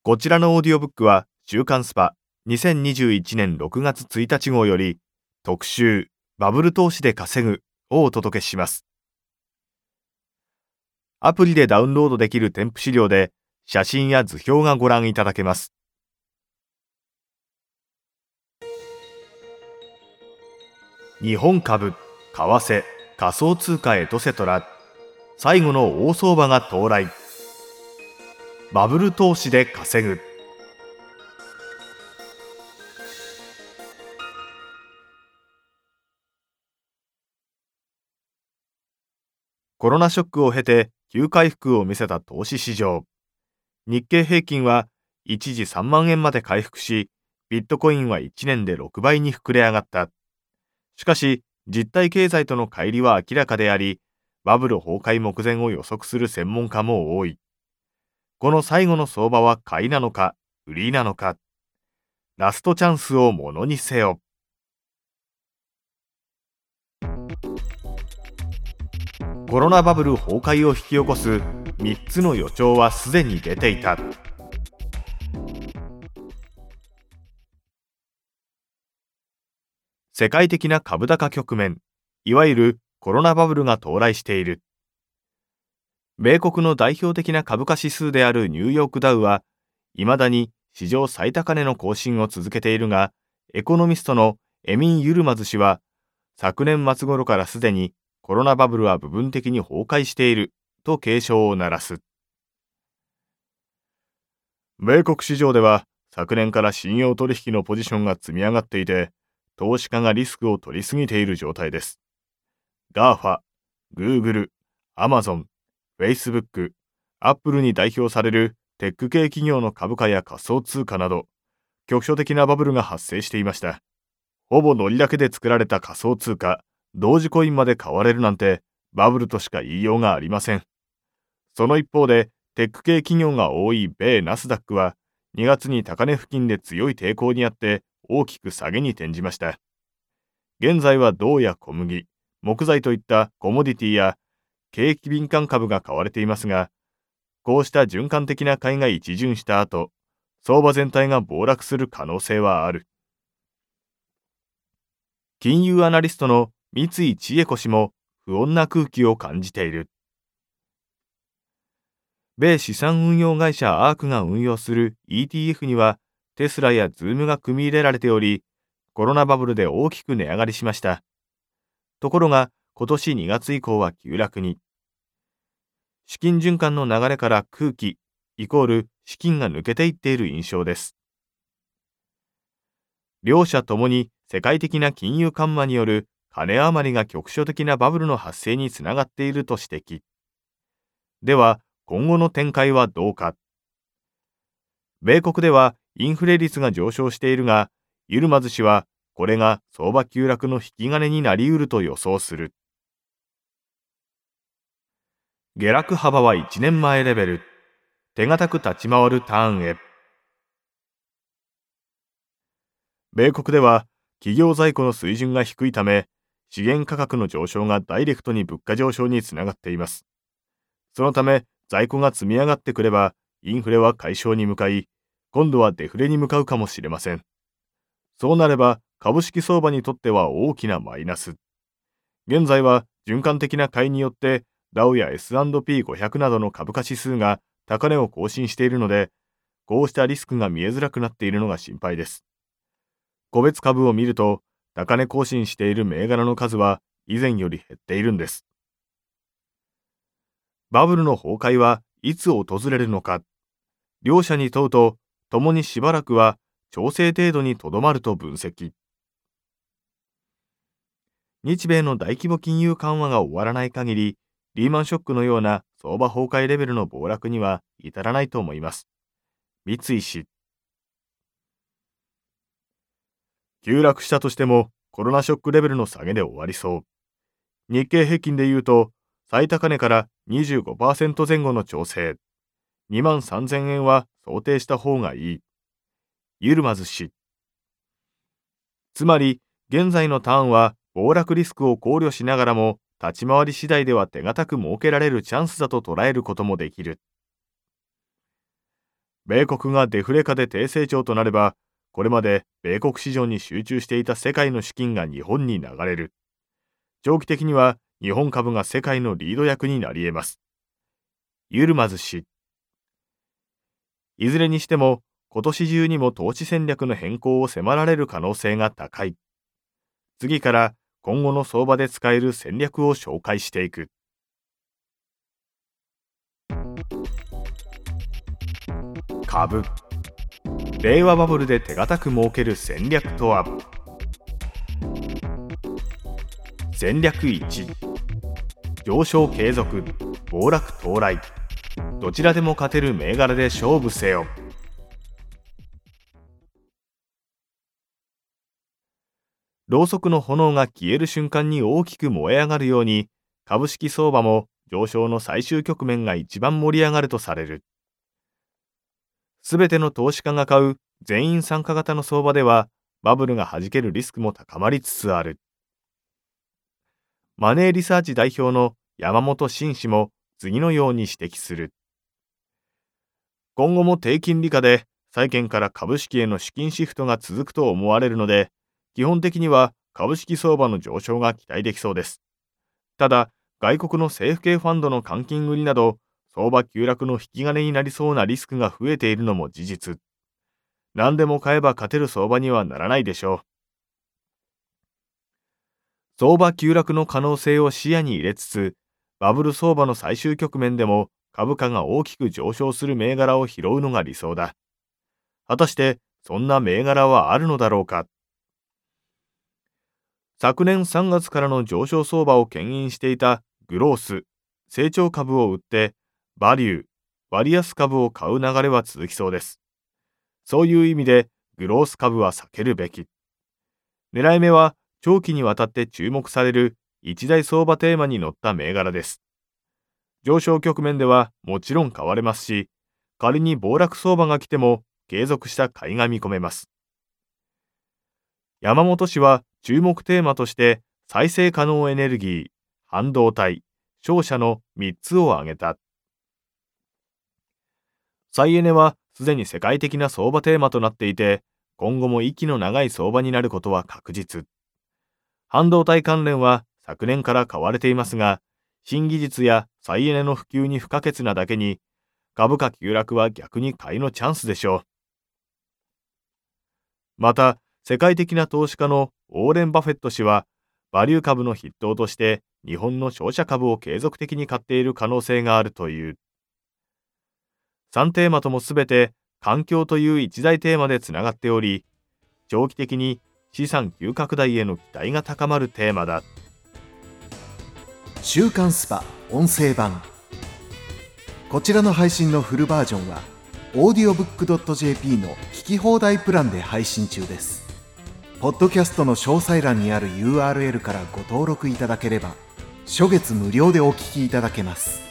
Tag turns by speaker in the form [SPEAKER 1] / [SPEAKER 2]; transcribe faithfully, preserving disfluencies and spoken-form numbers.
[SPEAKER 1] こちらのオーディオブックは週刊スパにせんにじゅういちねんろくがつついたち号より特集バブル投資で稼ぐをお届けします。アプリでダウンロードできる添付資料で写真や図表がご覧いただけます。日本株、為替、仮想通貨エトセトラ、最後の大相場が到来。バブル投資で稼ぐ。コロナショックを経て急回復を見せた投資市場。日経平均は一時さんまんえんまで回復し、ビットコインはいちねんでろくばいに膨れ上がった。しかし、実体経済との乖離は明らかであり、バブル崩壊目前を予測する専門家も多い。この最後の相場は買いなのか、売りなのか。ラストチャンスをものにせよ。コロナバブル崩壊を引き起こすみっつの予兆はすでに出ていた。世界的な株高局面、いわゆるコロナバブルが到来している。米国の代表的な株価指数であるニューヨークダウは、未だに史上最高値の更新を続けているが、エコノミストのエミン・ユルマズ氏は、昨年末頃からすでにコロナバブルは部分的に崩壊していると警鐘を鳴らす。米国市場では昨年から信用取引のポジションが積み上がっていて、投資家がリスクを取りすぎている状態です。ガーファ、Google、Amazon、Facebook、Apple に代表されるテック系企業の株価や仮想通貨など、局所的なバブルが発生していました。ほぼノリだけで作られた仮想通貨、同時コインまで買われるなんて、バブルとしか言いようがありません。その一方で、テック系企業が多い米ナスダックは、にがつに高値付近で強い抵抗にあって大きく下げに転じました。現在は銅や小麦、木材といったコモディティや景気敏感株が買われていますが、こうした循環的な買いが一巡した後、相場全体が暴落する可能性はある。金融アナリストの三井千恵子氏も不穏な空気を感じている。米資産運用会社アークが運用する イーティーエフ にはテスラやズームが組み入れられており、コロナバブルで大きく値上がりしました。ところが今年にがつ以降は急落に。資金循環の流れから空気イコール資金が抜けていっている印象です。両者ともに世界的な金融緩和による金余りが局所的なバブルの発生につながっていると指摘。では今後の展開はどうか。米国ではインフレ率が上昇しているが、ユルマズ氏はこれが相場急落の引き金になりうると予想する。下落幅はいちねんまえレベル。手堅く立ち回るターンへ。米国では企業在庫の水準が低いため、資源価格の上昇がダイレクトに物価上昇につながっています。そのため在庫が積み上がってくれば、インフレは解消に向かい、今度はデフレに向かうかもしれません。そうなれば株式相場にとっては大きなマイナス。現在は循環的な買いによってダウや エスアンドピーごひゃく などの株価指数が高値を更新しているので、こうしたリスクが見えづらくなっているのが心配です。個別株を見ると、高値更新している銘柄の数は以前より減っているんです。バブルの崩壊はいつ訪れるのか。両者に問うと、共にしばらくは調整程度にとどまると分析。日米の大規模金融緩和が終わらない限り、リーマンショックのような相場崩壊レベルの暴落には至らないと思います。三井氏。急落したとしてもコロナショックレベルの下げで終わりそう。日経平均でいうと、最高値から にじゅうごパーセント 前後の調整。にまんさんぜんえんは想定した方がいい。ユルマズ氏。つまり、現在のターンは暴落リスクを考慮しながらも、立ち回り次第では手堅く設けられるチャンスだと捉えることもできる。 米国がデフレ下で低成長となれば、これまで米国市場に集中していた世界の資金が日本に流れる。長期的には日本株が世界のリード役になり得ます。ユルマズ氏。いずれにしても、今年中にも投資戦略の変更を迫られる可能性が高い。次から今後の相場で使える戦略を紹介していく。株。令和バブルで手堅く儲ける戦略とは。戦略いち、上昇継続、暴落到来。どちらでも勝てる銘柄で勝負せよ。ろうそくの炎が消える瞬間に大きく燃え上がるように、株式相場も上昇の最終局面が一番盛り上がるとされる。すべての投資家が買う全員参加型の相場では、バブルが弾けるリスクも高まりつつある。マネーリサーチ代表の山本慎氏も次のように指摘する。今後も低金利下で債券から株式への資金シフトが続くと思われるので、基本的には株式相場の上昇が期待できそうです。ただ、外国の政府系ファンドの換金売りなど、相場急落の引き金になりそうなリスクが増えているのも事実。何でも買えば勝てる相場にはならないでしょう。相場急落の可能性を視野に入れつつ、バブル相場の最終局面でも株価が大きく上昇する銘柄を拾うのが理想だ。果たしてそんな銘柄はあるのだろうか。昨年さんがつからの上昇相場を牽引していたグロース、成長株を売って、バリュー、割安株を買う流れは続きそうです。そういう意味で、グロース株は避けるべき。狙い目は、長期にわたって注目される一大相場テーマに乗った銘柄です。上昇局面ではもちろん買われますし、仮に暴落相場が来ても継続した買いが見込めます。山本氏は注目テーマとして再生可能エネルギー、半導体、商社のみっつを挙げた。再エネはすでに世界的な相場テーマとなっていて、今後も息の長い相場になることは確実。半導体関連は昨年から買われていますが、新技術や再エネの普及に不可欠なだけに、株価急落は逆に買いのチャンスでしょう。また、世界的な投資家のウォーレン・バフェット氏は、バリュー株の筆頭として日本の商社株を継続的に買っている可能性があるという。さんテーマともすべて環境という一大テーマでつながっており、長期的に資産急拡大への期待が高まるテーマだ。
[SPEAKER 2] 週刊スパ音声版。こちらの配信のフルバージョンは オーディオブックドットジェーピー の聞き放題プランで配信中です。ポッドキャストの詳細欄にある ユーアールエル からご登録いただければ初月無料でお聞きいただけます。